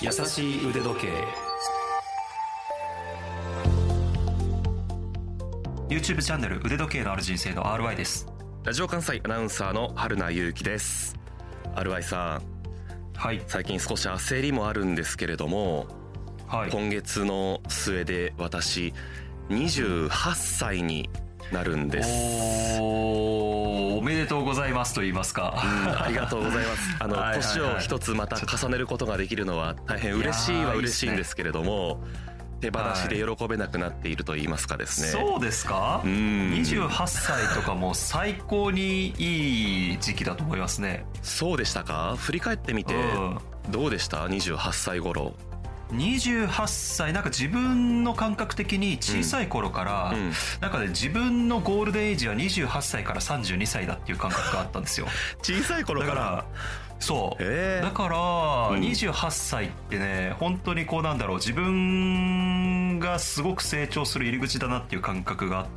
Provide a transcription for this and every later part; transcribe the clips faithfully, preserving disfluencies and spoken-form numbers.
優しい腕時計 YouTube チャンネル腕時計のある人生の アールワイ です。 ラジオ関西アナウンサーの春名優紀です。 アールワイ さん、 はい、 最近少し焦りもあるんですけれども、はい、今月の末で私にじゅうはっさいになるんです。 お, おめでとうございますと言いますか、 うん、ありがとうございます。あの年を一つまた重ねることができるのは大変嬉しいは嬉しいんですけれども、手放しで喜べなくなっていると言いますかですね、 はい、そうですか。うん、にじゅうはっさいとかも最高にいい時期だと思いますね。 そうでしたか。振り返ってみてどうでした、にじゅうはっさい頃。 にじゅうはっさい、なんか自分の感覚的に小さい頃から、うんうん、なんかね、自分のゴールデンエイジはにじゅうはっさいからさんじゅうにさいだっていう感覚があったんですよ。 小さい頃から。 だからそう、えー、だから、にじゅうはっさいってね、本当にこうなんだろう、自分がすごく成長する入り口だなっていう感覚があって、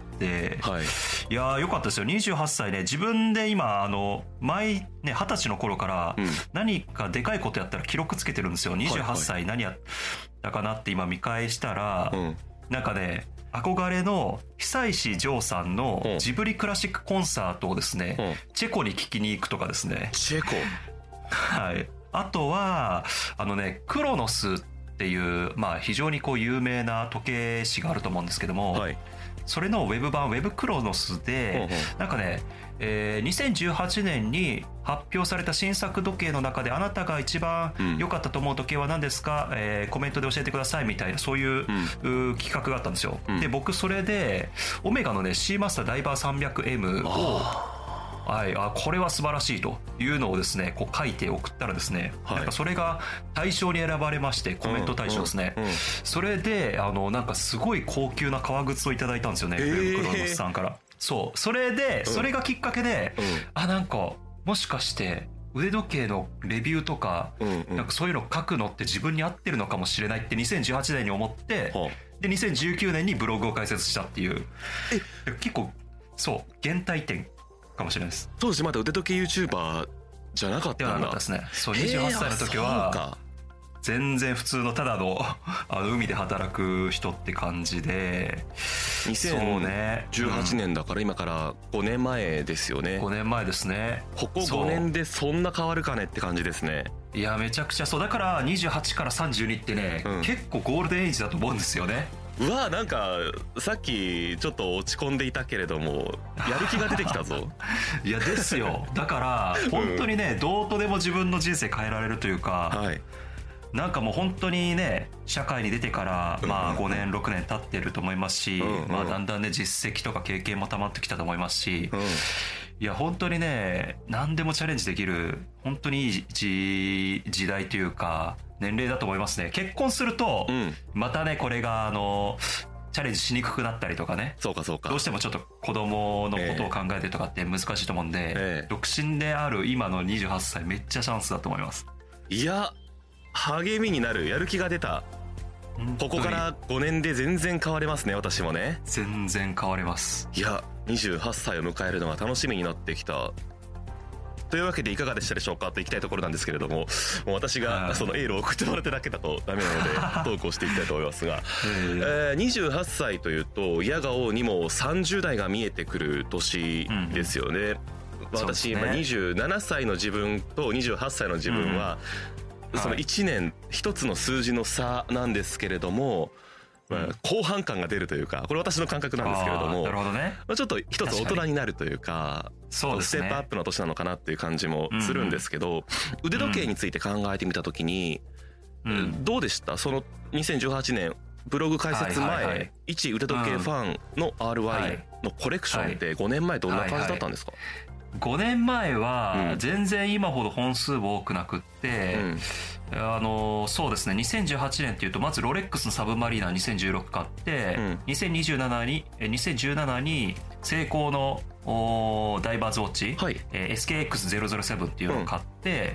はい、いやーよかったですよ。にじゅうはっさいね、自分で今あの毎ねはたちの頃から何かでかいことやったら記録つけてるんですよ。にじゅうはっさい何やったかなって今見返したら、はいはい、なんかね、憧れの久石譲さんのジブリクラシックコンサートをですね、うん、チェコに聴きに行くとかですね。 チェコはい、あとはあのね、クロノスっていう、まあ、非常にこう有名な時計師があると思うんですけども、はい、それのウェブ版ウェブクロノスで、うんうん、なんかね、えー、にせんじゅうはちねんに発表された新作時計の中であなたが一番良かったと思う時計は何ですか、うん、えー、コメントで教えてくださいみたいな、そういう、うん、企画があったんですよ、うん、で僕それでオメガのね C マスターダイバー さんびゃくエム をはい、あ、これは素晴らしいというのをですね、こう書いて送ったらですね、はい、なんかそれが大賞に選ばれまして、コメント大賞ですね、うんうんうん、それであのなんかすごい高級な革靴をいただいたんですよね、えー、クロノスさんから。そうそれで、それがきっかけで、うん、あ、なんかもしかして腕時計のレビューとか、うんうん、なんかそういうの書くのって自分に合ってるのかもしれないってにせんじゅうはちねんに思って、はあ、でにせんじゅうきゅうねんにブログを開設したっていう、え結構そう原体験かもしれないです。 当時まだ腕時計 YouTuber じゃなかったんだ。 ではなかったですね。そう、にじゅうはっさいの時は全然普通のただのあの海で働く人って感じで、 にせんじゅうはちねんだから今からごねんまえですよね。 ごねんまえですね。 ここごねんでそんな変わるかねって感じですね。 いやめちゃくちゃそうだから、にじゅうはちからさんじゅうにってね、うん、結構ゴールデンエイジだと思うんですよね。 うわ、なんかさっきちょっと落ち込んでいたけれどもやる気が出てきたぞ。 いやですよ。だから本当にね、うん、どうとでも自分の人生変えられるというか、はい、なんかもう本当にね、社会に出てからまあごねんろくねん経ってると思いますし、うんうん、まあだんだんね実績とか経験も溜まってきたと思いますし、うん、いや本当にね、何でもチャレンジできる本当にいい時代というか年齢だと思いますね。結婚すると、うん、またねこれがあのチャレンジしにくくなったりとかね。 そうかそうか。 どうしてもちょっと子供のことを考えてとかって難しいと思うんで、えー、独身である今のにじゅうはっさいめっちゃチャンスだと思います。 いや励みになる、やる気が出た。ここからごねんで全然変われますね。私もね全然変われます。 いやにじゅうはっさいを迎えるのが楽しみになってきた。というわけでいかがでしたでしょうかといきたいところなんですけれども、もう私がそのエールを送ってもらってだけだとダメなのでトークをしていきたいと思いますが、えー、にじゅうはっさいというといやがおうにもさんじゅうだいが見えてくる年ですよね、うんうん、私今にじゅうななさいの自分とにじゅうはっさいの自分は、うん、そのいちねん一つの数字の差なんですけれども、まあ、後半感が出るというか、これ私の感覚なんですけれども、 なるほどね、 まあ、ちょっと一つ大人になるというか、 そうですね、 ステップアップの年なのかなっていう感じもするんですけど、うんうん、腕時計について考えてみたときに、うん、どうでした？そのにせんじゅうはちねんブログ開設前、はいはいはい、一腕時計ファンの アールワイ のコレクションってごねんまえどんな感じだったんですか？ はいはいはい、ごねんまえは全然今ほど本数も多くなくって、うん、あのそうですね、にせんじゅうはちねんっていうとまずロレックスのサブマリーナにせんじゅうろく買って、うん、にせんにじゅうななににせんじゅうななにセイコーのダイバーズウォッチ、はい、エスケーエックスゼロゼロセブン っていうのを買って、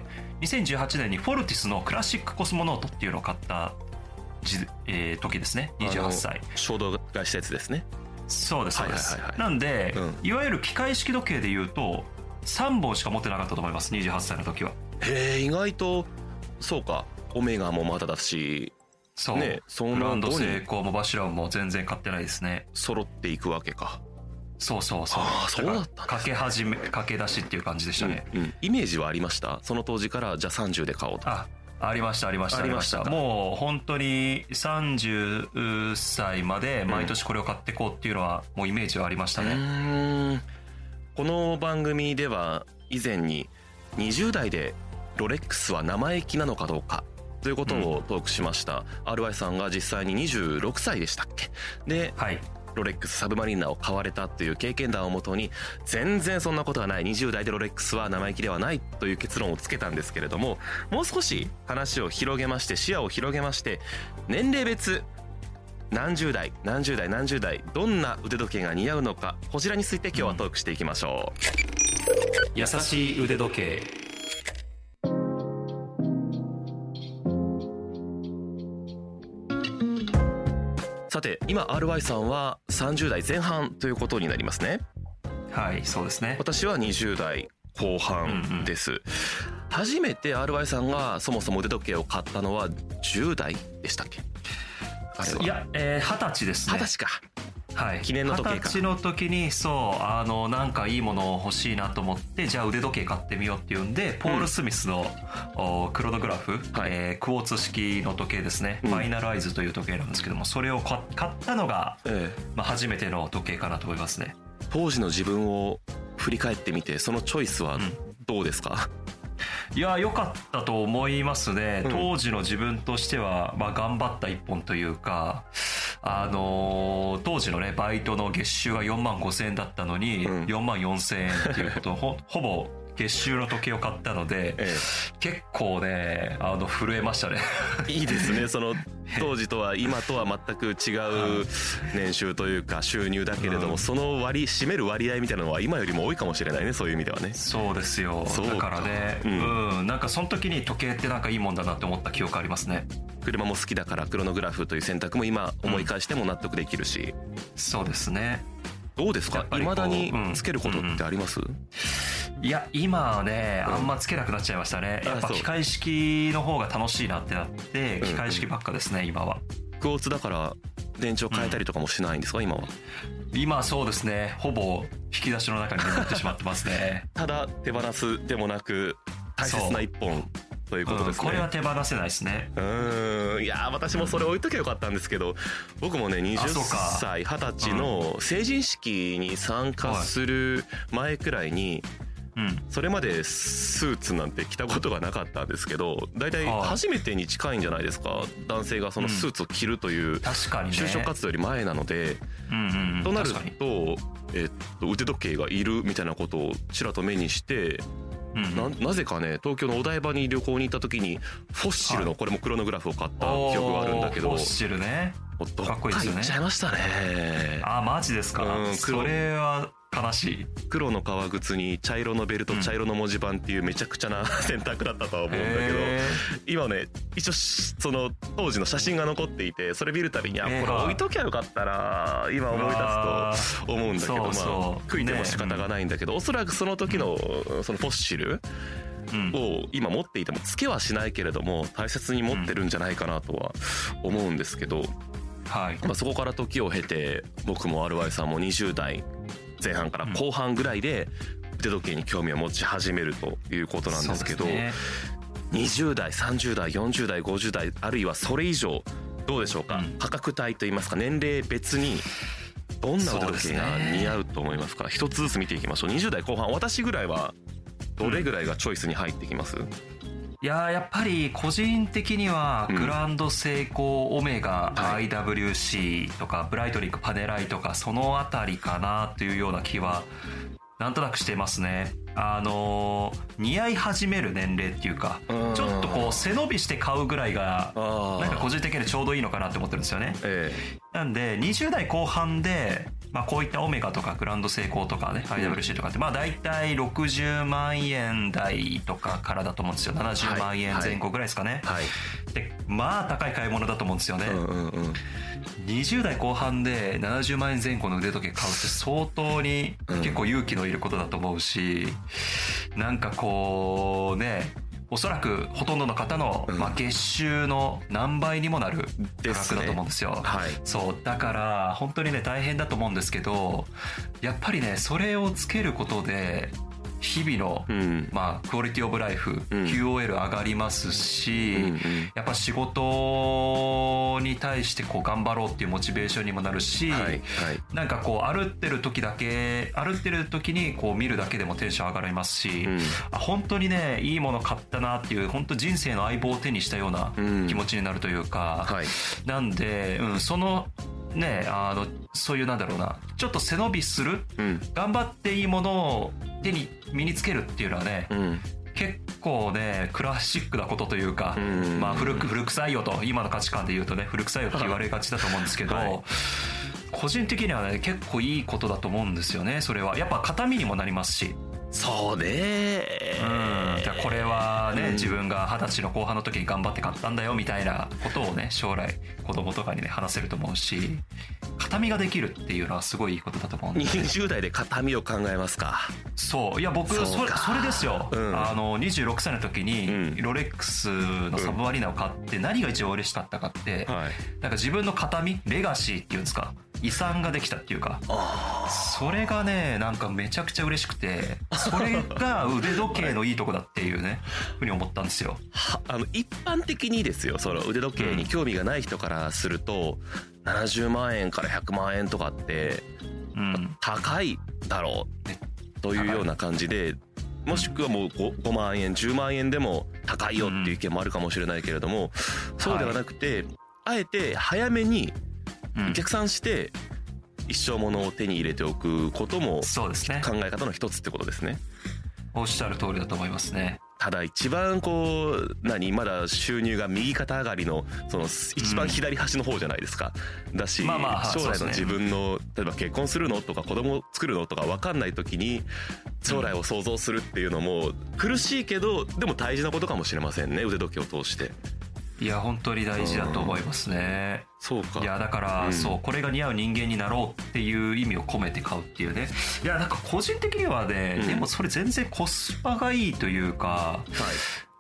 うん、にせんじゅうはちねんにフォルティスのクラシックコスモノートっていうのを買ったじ、えー、時ですね。にじゅうはっさい衝動買いしたやつですね。 そうですそうです、はいはいはいはい、なんで、うん、いわゆる機械式時計でいうとさんぼんしか持ってなかったと思います、にじゅうはっさいの時は。 へえ、意外とそうか、 オメガもまだだし、 そう、ね、そのグランドセイコーもバシュランも全然買ってないですね。 揃っていくわけか。 そうそうそう。 ああ、そうだったんですね。 かけ始め駆け出しっていう感じでしたね、 うんうん、イメージはありました？その当時からじゃあさんじゅうで買おうと。 あありましたありましたありました。もう本当にさんじゅっさいまで毎年これを買っていこうっていうのはもうイメージはありましたね。 うーん、この番組では以前ににじゅう代でロレックスは生意気なのかどうかということをトークしました、うん、アールワイ さんが実際ににじゅうろくさいでしたっけで、はい、ロレックスサブマリーナを買われたっていう経験談をもとに、全然そんなことはない、にじゅう代でロレックスは生意気ではないという結論をつけたんですけれども、もう少し話を広げまして、視野を広げまして、年齢別何十代何十代何十代どんな腕時計が似合うのか、こちらについて今日はトークしていきましょう、 うん、優しい腕時計。 さて今 アールワイ さんはさんじゅう代前半ということになりますね。 はい、そうですね。 私はにじゅう代後半です、うんうん、初めて アールワイ さんがそもそも腕時計を買ったのはじゅう代でしたっけ？あれは。 いや、えー、はたちですね。 はたちか。 はい、 記念の時計か。 はたちの時にそうあのなんかいいもの欲しいなと思って、じゃあ腕時計買ってみようっていうんで、ポール・スミスの、うん、クロノグラフ、はい、えー、クォーツ式の時計ですね、うん、ファイナルアイズという時計なんですけども、それを買ったのが、ええ、まあ、初めての時計かなと思いますね。 当時の自分を振り返ってみて、そのチョイスはどうですか？ うん、いや良かったと思いますね、うん、当時の自分としては、まあ、頑張った一本というか、あのー、当時のねバイトの月収がよんまんごせんえんだったのに、うん、よんまんよんせんえんっていうことを ほ, ほぼ月収の時計を買ったので、ええ、結構ねあの震えましたねいいですね。その当時とは今とは全く違う年収というか収入だけれども、うん、その割占める割合みたいなのは今よりも多いかもしれないね、そういう意味ではね。 そうですよ。だからね、うん、うん、なんかその時に時計ってなんかいいもんだなって思った記憶ありますね。 車も好きだからクロノグラフという選択も今思い返しても納得できるし、 うん、そうですね。 どうですか、未だにつけることってあります？ うんうん、いや今はねあんまつけなくなっちゃいましたね、うん、やっぱ機械式の方が楽しいなってなって機械式ばっかですね、うんうん、今は。 クォーツだから電池を変えたりとかもしないんですか、うん、今は。 今そうですね、ほぼ引き出しの中に眠ってしまってますねただ手放すでもなく大切な一本ということですね、 うん、これは手放せないですね。 うーん、いや私もそれ置いときゃよかったんですけど、僕もねにじゅっさいはたちの成人式に参加する前くらいに、うん、それまでスーツなんて着たことがなかったんですけど、だいたい初めてに近いんじゃないですか、男性がそのスーツを着るという就職活動より前なので、となると、えっと腕時計がいるみたいなことをちらっと目にして、な, なぜかね東京のお台場に旅行に行った時にフォッシルのこれもクロノグラフを買った記憶があるんだけど、 フォッシルね、 かっこいいですよね。行っちゃいましたね。 あ、マジですか、うん、それは悲しい。黒の革靴に茶色のベルト、茶色の文字盤っていうめちゃくちゃな選択だったとは思うんだけど、今ね一応その当時の写真が残っていて、それ見るたびにあこれ置いときゃよかったな今思い出すと思うんだけど、まあ悔いても仕方がないんだけど、おそらくその時のそのフォッシルを今持っていてもつけはしないけれども大切に持ってるんじゃないかなとは思うんですけど、はい、まあそこから時を経て僕も アールワイ さんもにじゅう代前半から後半ぐらいで腕時計に興味を持ち始めるということなんですけど、ね、にじゅう代さんじゅう代よんじゅう代ごじゅう代あるいはそれ以上どうでしょうか、うん、価格帯といいますか年齢別にどんな腕時計が似合うと思いますか。一つずつ見ていきましょう。にじゅう代後半、私ぐらいはどれぐらいがチョイスに入ってきます？うん、 いややっぱり個人的にはグランドセイコーオメガ アイダブリューシー とかブライトリンクパネライとかそのあたりかなというような気はなんとなくしてますね。あの似合い始める年齢っていうかちょっとこう背伸びして買うぐらいがなんか個人的にちょうどいいのかなって思ってるんですよね、ええ、なんでにじゅう代後半でまあこういったオメガとかグランドセイコーとかね アイダブリューシー とかってまあ大体ろくじゅうまんえん台とかからだと思うんですよ。ななじゅうまんえん前後ぐらいですかね、はいはい、でまあ高い買い物だと思うんですよね、うんうんうん、にじゅう代後半でななじゅうまんえん前後の腕時計買うって相当に結構勇気のいることだと思うし、なんかこうねおそらくほとんどの方の、まあ、月収の何倍にもなる価格だと思うんですよ。 はい、 そうだから本当にね大変だと思うんですけど、やっぱりねそれをつけることで日々の、うん、まあクオリティオブライフ、うん、キューオーエル 上がりますし、うんうん、やっぱ仕事に対してこう頑張ろうっていうモチベーションにもなるし、はいはい、なんかこう歩ってる時だけ歩ってる時にこう見るだけでもテンション上がりますし、うん、あ本当にねいいもの買ったなっていう本当人生の相棒を手にしたような気持ちになるというか、うんはい、なんで、うん、そのねあのそういうなんだろうなちょっと背伸びする、うん、頑張っていいものを手に身につけるっていうのはね、うん、結構ねクラシックなことというか、うん、まあ古く古臭いよと今の価値観で言うとね古臭いよって言われがちだと思うんですけど、はい、個人的にはね結構いいことだと思うんですよね。それはやっぱ形見にもなりますし。 そうね、 うん、じゃあこれはね、うん、自分が二十歳の後半の時に頑張って買ったんだよみたいなことをね将来子供とかにね話せると思うし、形見ができるっていうのはすごいいいことだと思うんで。 にじゅう代で形見を考えますか。 そういや僕 そ, そ, れそれですよ、うん、あのにじゅうろくさいの時にロレックスのサブマリーナを買って何が一番嬉しかったかって、うん、なんか自分の形見レガシーっていうんですか遺産ができたっていうか、それがねなんかめちゃくちゃ嬉しくて、それが腕時計のいいとこだっていうねふうに思ったんですよ。 あの一般的にですよ、その腕時計に興味がない人からすると、うん、ななじゅうまんえんからひゃくまんえんとかって、うん、高いだろうというような感じで、もしくはもう 5, ごまんえんじゅうまんえんでも高いよっていう意見もあるかもしれないけれども、うん、そうではなくて、はい、あえて早めに逆算して一生ものを手に入れておくことも考え方の一つってことですね。 おっしゃる通りだと思いますね。 ただ一番こう何まだ収入が右肩上がりのその一番左端の方じゃないですか、うん、だし、まあまあ、将来の自分の、ね、例えば結婚するのとか子供作るのとか分かんない時に将来を想像するっていうのも苦しいけどでも大事なことかもしれませんね、腕時計を通して。 いや本当に大事だと思いますね。 そうか。 いやだから、うん、そうこれが似合う人間になろうっていう意味を込めて買うっていうね。いやなんか個人的にはね、うん、でもそれ全然コスパがいいというか、はい、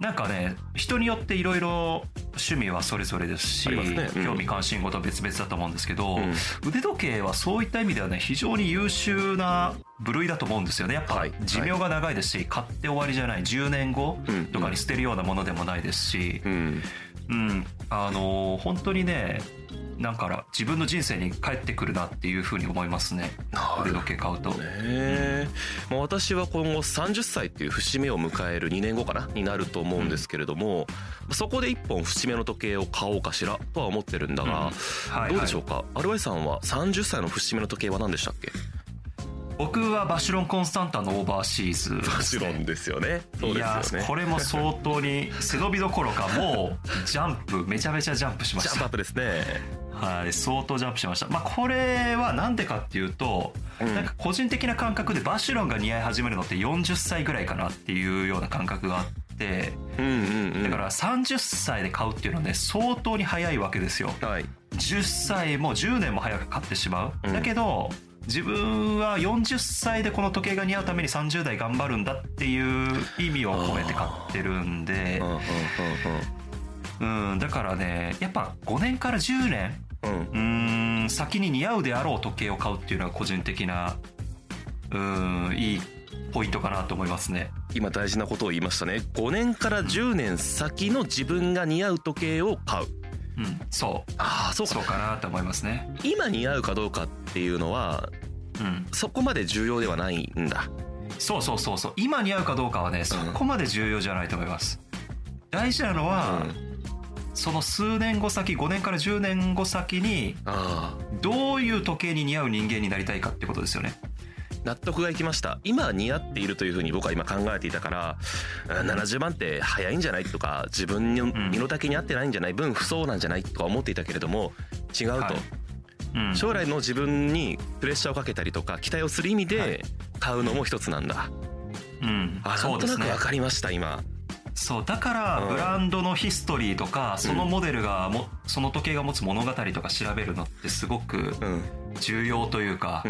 なんかね人によっていろいろ趣味はそれぞれですし、ねうん、興味関心事は別々だと思うんですけど、うん、腕時計はそういった意味ではね非常に優秀な部類だと思うんですよね。やっぱ寿命が長いですし、はい、買って終わりじゃない、じゅうねんごとかに捨てるようなものでもないですし、うんうん、あのー、本当にねなんか自分の人生に返ってくるなっていうふうに思いますね、腕時計買うと。ね、 うんまあ、私は今後さんじゅっさいっていう節目を迎えるにねんごかなになると思うんですけれども、うん、そこでいっぽん節目の時計を買おうかしらとは思ってるんだが、うんはいはい、どうでしょうか。アルワイさんはさんじゅっさいの節目の時計は何でしたっけ。 僕はバシュロンコンスタンタのオーバーシーズ、ね、 バシュロンですよね。そうですよね。いやこれも相当に背伸びどころかもうジャンプめちゃめちゃジャンプしました。 ジャンプアップですね。 はい相当ジャンプしました。まあこれはなんでかっていうと、うん、なんか個人的な感覚でバシュロンが似合い始めるのってよんじゅっさいぐらいかなっていうような感覚があって、うんうんうん、だからさんじゅっさいで買うっていうのはね相当に早いわけですよ、はい、じゅっさいもじゅうねんも早く買ってしまう、うん、だけど自分はよんじゅっさいでこの時計が似合うためにさんじゅう代頑張るんだっていう意味を込めて買ってるんで、うん、だからねやっぱごねんからじゅうねん、うん、うーん先に似合うであろう時計を買うっていうのが個人的なうーんいいポイントかなと思いますね。 今大事なことを言いましたね。ごねんからじゅうねん先の自分が似合う時計を買う。 うん、そうああそうかそうかなと思いますね。 今似合うかどうかっていうのは、うん、そこまで重要ではないんだ。 そうそうそうそう今似合うかどうかはね、うん、そこまで重要じゃないと思います。大事なのは、うん、その数年後先ごねんからじゅうねんご先にどういう時計に似合う人間になりたいかってことですよね。 納得がいきました。今似合っているというふうに僕は今考えていたから、ななじゅうまんって早いんじゃないとか自分の身の丈に合ってないんじゃない、分不相なんじゃないとか思っていたけれども違うと、はいうん、将来の自分にプレッシャーをかけたりとか期待をする意味で買うのも一つなんだ、うん、あなんとなく分かりました今。 そうだからブランドのヒストリーとか、うん、そのモデルがもその時計が持つ物語とか調べるのってすごく重要というか、うん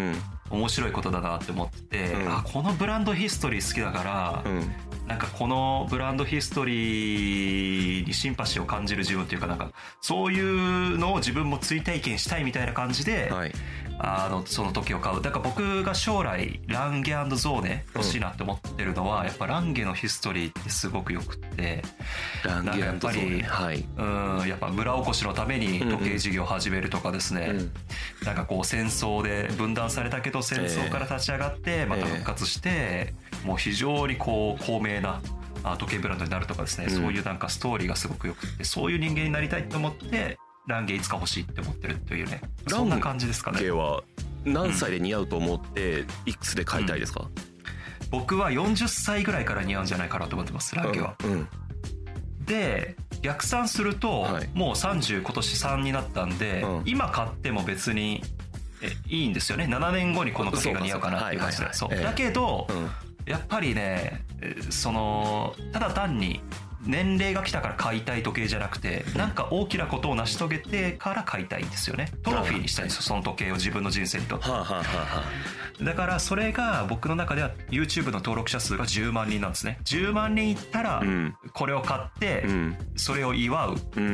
面白いことだなって思ってて、うん、あこのブランドヒストリー好きだから、うん、なんかこのブランドヒストリーにシンパシーを感じる自分っていうか、なんかそういうのを自分も追体験したいみたいな感じで、はい、あのその時計を買う。だから僕が将来ランゲ&ゾーネ欲しいなって思ってるのは、うん、やっぱランゲのヒストリーってすごくよくって、 ランゲ&ゾーネ、はい、 うんやっぱ村おこしのために時計事業を始めるとかですね、うんうん、なんかこう戦争で分断されたけど戦争から立ち上がってまた復活して、えー、もう非常にこう高名な時計ブランドになるとかですね、うん、そういうなんかストーリーがすごくよくって、そういう人間になりたいと思ってランゲいつか欲しいって思ってるというね、そんな感じですかね。 ランゲは何歳で似合うと思っていくつで買いたいですか？うん、 僕はよんじゅっさいぐらいから似合うんじゃないかなと思ってます、ランゲは。うんうん、で逆算すると、はい、もうさんじゅう今年さんになったんで、うん、今買っても別にえいいんですよね。ななねんごにこの時計が似合うかなっていう感じで。だけど、うん、やっぱりねそのただ単に年齢が来たから買いたい時計じゃなくて、なんか大きなことを成し遂げてから買いたいんですよね。トロフィーにしたいんですよ、その時計を自分の人生にとって。だからそれが僕の中では YouTube の登録者数がじゅうまんにんなんですね。じゅうまんにんいったらこれを買ってそれを祝う、うん、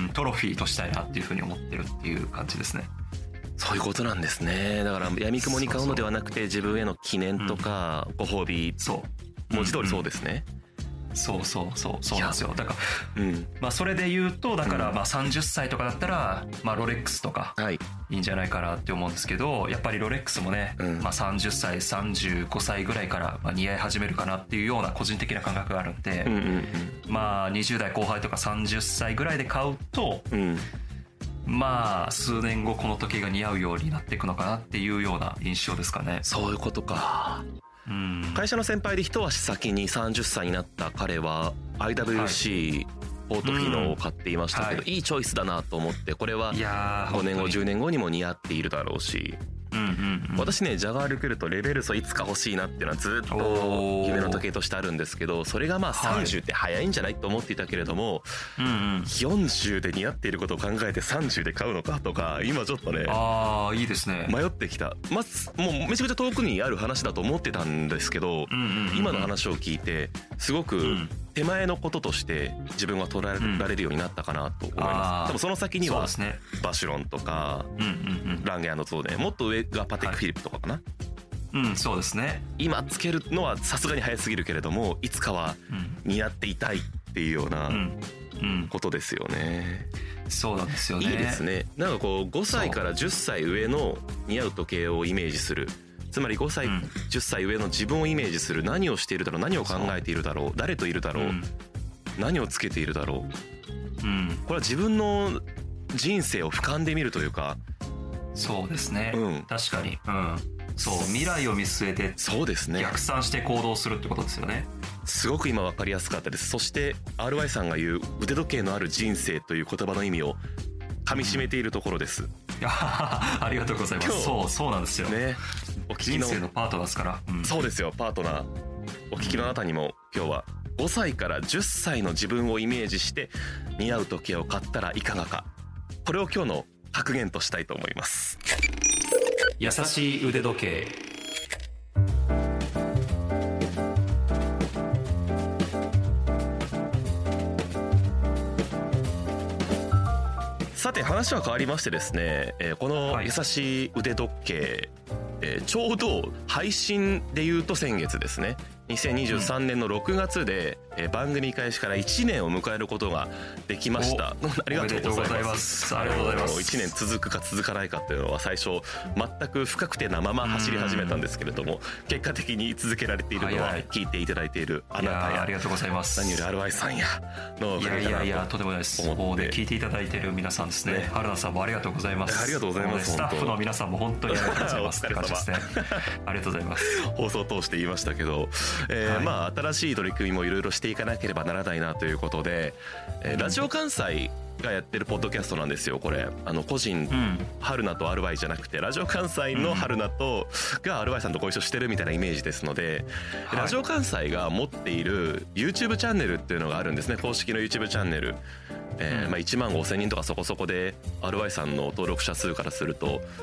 トロフィーとしたいなっていうふうに思ってるっていう感じですね。 そういうことなんですね。だから闇雲に買うのではなくて自分への記念とかご褒美、そう文字通りそうですね。 そうそうそうそうなんですよ。だから、うん、まあそれで言うとだからまあさんじゅっさいとかだったらまあロレックスとかいいんじゃないかなって思うんですけど、やっぱりロレックスもね、まあさんじゅっさいさんじゅうごさいぐらいからまあ似合い始めるかなっていうような個人的な感覚があるんで、まあにじゅうだいこう半とかさんじゅっさいぐらいで買うと、まあ数年後この時計が似合うようになっていくのかなっていうような印象ですかね。 そういうことか。うん、会社の先輩で一足先にさんじゅっさいになった彼は アイダブリューシー ポート機能を買っていましたけど、はい、いいチョイスだなと思って、これはごねんごじゅうねんごにも似合っているだろうし、うんうんうん、私ねジャガールクルトレベルソいつか欲しいなっていうのはずっと夢の時計としてあるんですけど、それがまあさんじゅうって早いんじゃないと思っていたけれども、はいうんうん、よんじゅうで似合っていることを考えてさんじゅうで買うのかとか今ちょっとねあいいですね迷ってきた、まあ、もうめちゃくちゃ遠くにある話だと思ってたんですけど、うんうんうんうん、今の話を聞いてすごく手前のこととして自分は捉えられるようになったかなと思います、うん、多分その先にはバシュロンとか、うんうんうん、ランゲ&ゾーネ、もっと上がパテックフィリップとかかな、はいうん、そうですね。 今つけるのはさすがに早すぎるけれどもいつかは似合っていたいっていうようなことですよね、 うんうん、そうなんですよね。 いいですね。なんかこうごさいからじゅっさい上の似合う時計をイメージする、つまりごさい、うん、じゅっさい上の自分をイメージする、何をしているだろう、何を考えているだろう、誰といるだろう、うん、何をつけているだろう、うん、これは自分の人生を俯瞰で見るというか。 そうですね、うん、確かに、うん、そう未来を見据えてそうですね逆算して行動するってことですよね。 すごく今分かりやすかったです。そして アールワイ さんが言う腕時計のある人生という言葉の意味を噛み締めているところです、うん、 ありがとうございます。そうそうなんですよね。お聞きの人生のパートナーですから、 うん、そうですよパートナー。お聞きのあなたにも今日はごさいからじゅっさいの自分をイメージして似合う時計を買ったらいかがか、これを今日の格言としたいと思います。 優しい腕時計。 さて話は変わりましてですね、えー、この優しい腕時計、えー、ちょうど配信でいうと先月ですね、にせんにじゅうさんねんのろくがつで、うん、えー、番組開始からいちねんを迎えることができました。ありがとうございます。 ありがとうございます。 いちねん続くか続かないかっていうのは最初全く不確定なまま走り始めたんですけれども、結果的に続けられているのは聞いていただいているあなたや、 ありがとうございます。 何より アールワイ さんやのおかげかなと思って。いやいやいやとんでもないです。もうね聞いていただいている皆さんですね。春菜さんもありがとうございます。 ありがとうございます。 スタッフの皆さんも本当にありがとうございますって感じですね。ありがとうございます。 放送を通して言いましたけど、えーはい、まあ新しい取り組みもいろいろしていかなければならないなということで、えー、ラジオ関西がやってるポッドキャストなんですよこれ。あの個人、うん、春菜と アールワイ じゃなくてラジオ関西の春菜とが アールワイ さんとご一緒してるみたいなイメージですので、はい、ラジオ関西が持っている YouTube チャンネルっていうのがあるんですね。公式の YouTube チャンネル、えーうんまあ、いちまんごせんにんとかそこそこで アールワイ さんの登録者数からすると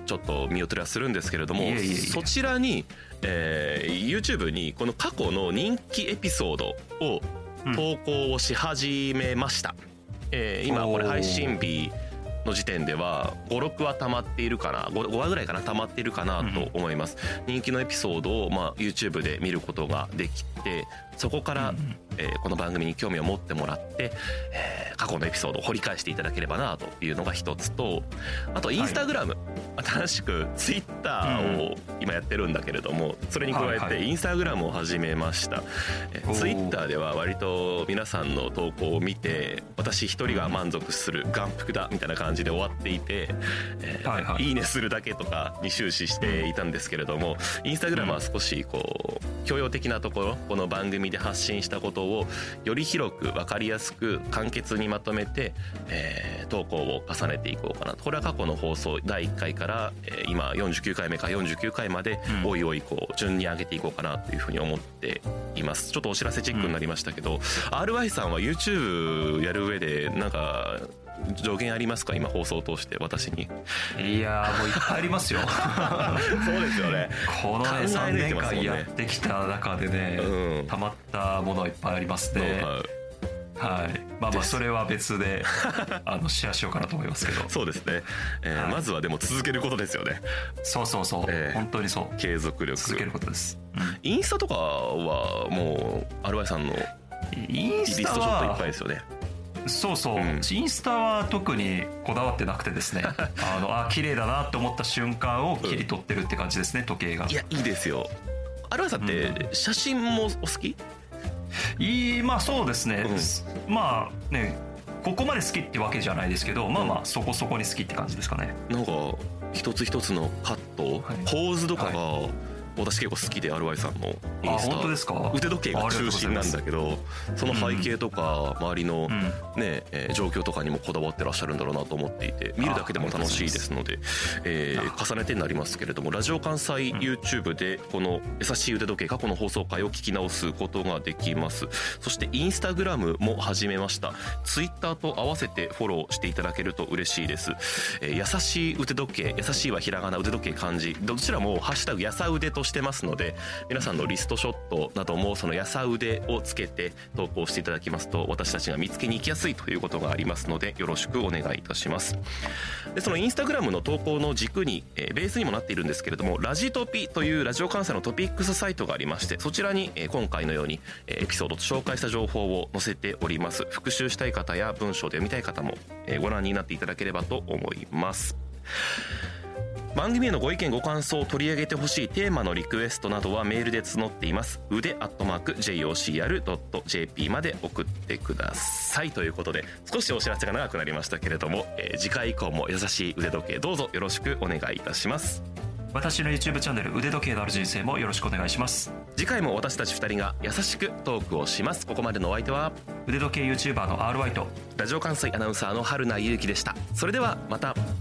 ちょっと見劣りはするんですけれども、 いえいえいえそちらに、えー、YouTube にこの過去の人気エピソードを投稿をし始めました、うん、えー、今これ配信日の時点ではご、ろくわ溜まっているかな、 ご, ごわぐらいかな溜まっているかなと思います、うん、人気のエピソードを、まあ、YouTube で見ることができて、そこから、うんえー、この番組に興味を持ってもらって、えー、過去のエピソードを掘り返していただければなというのが一つと、あとインスタグラム、はい、新しく Twitter を今やってるんだけれども、それに加えてインスタグラムを始めました、えー、Twitter では割と皆さんの投稿を見て私一人が満足する眼福だみたいな感じで終わっていて、えーはいはい、いいねするだけとかに終始していたんですけれども、インスタグラムは少しこう教養的なところ、この番組で発信したことをより広く分かりやすく簡潔にまとめて、えー、投稿を重ねていこうかなと。これは過去の放送だいいっかいから、えー、今よんじゅうきゅうかいめかよんじゅうきゅうかいまでおいおいこう順に上げていこうかなというふうに思っています。ちょっとお知らせチックになりましたけど、うん、アールワイ さんは YouTube やる上でなんか助言ありますか？今放送を通して私に。 いやもういっぱいありますよそうですよね。 このねさんねんかんやってきた中でね、うん、溜まったものはいっぱいありますね。はい、まあまあそれは別であのシェアしようかなと思いますけど。 そうですね、えーはい、まずはでも続けることですよね。 そうそうそう、えー、本当にそう継続力続けることです、 うん、インスタとかはもう アールワイ さんのインスタはリストショットいっぱいですよね。 そうそう、うん、インスタは特にこだわってなくてですねあのあ綺麗だなって思った瞬間を切り取ってるって感じですね、時計が。 いやいいですよ。アールワイ さんって写真もお好き？ いい、まあそうですね、うん、まあねここまで好きってわけじゃないですけど、まあまあそこそこに好きって感じですかね。 なんか一つ一つのカット、はい、構図とかが、はい、私結構好きで アールワイ さんのインスタ。 あ本当ですか？ 腕時計が中心なんだけど、その背景とか周りの、ねえー、状況とかにもこだわってらっしゃるんだろうなと思っていて、見るだけでも楽しいですので、えー、重ねてになりますけれども、ラジオ関西 YouTube でこの優しい腕時計過去の放送回を聞き直すことができます。そしてインスタグラムも始めました。 Twitter と合わせてフォローしていただけると嬉しいです、えー、優しい腕時計、優しいはひらがな、腕時計漢字、どちらもハッシュタグやさ腕としてますので、皆さんのリストショットなどもそのやさ腕をつけて投稿していただきますと私たちが見つけに行きやすいということがありますのでよろしくお願いいたします。でそのインスタグラムの投稿の軸に、えー、ベースにもなっているんですけれども、ラジトピというラジオ関西のトピックスサイトがありまして、そちらに、えー、今回のように、えー、エピソードと紹介した情報を載せております。復習したい方や文章で読みたい方も、えー、ご覧になっていただければと思います。番組へのご意見ご感想を取り上げてほしいテーマのリクエストなどはメールで募っています。うでアットマーク ジェイオーシーアールドットジェーピー まで送ってくださいということで、少しお知らせが長くなりましたけれども、えー、次回以降も優しい腕時計どうぞよろしくお願いいたします。 私の YouTube チャンネル腕時計のある人生もよろしくお願いします。 次回も私たちふたりが優しくトークをします。ここまでのお相手は腕時計 YouTuber の アールワイ とラジオ関西アナウンサーの春名ゆうきでした。それではまた。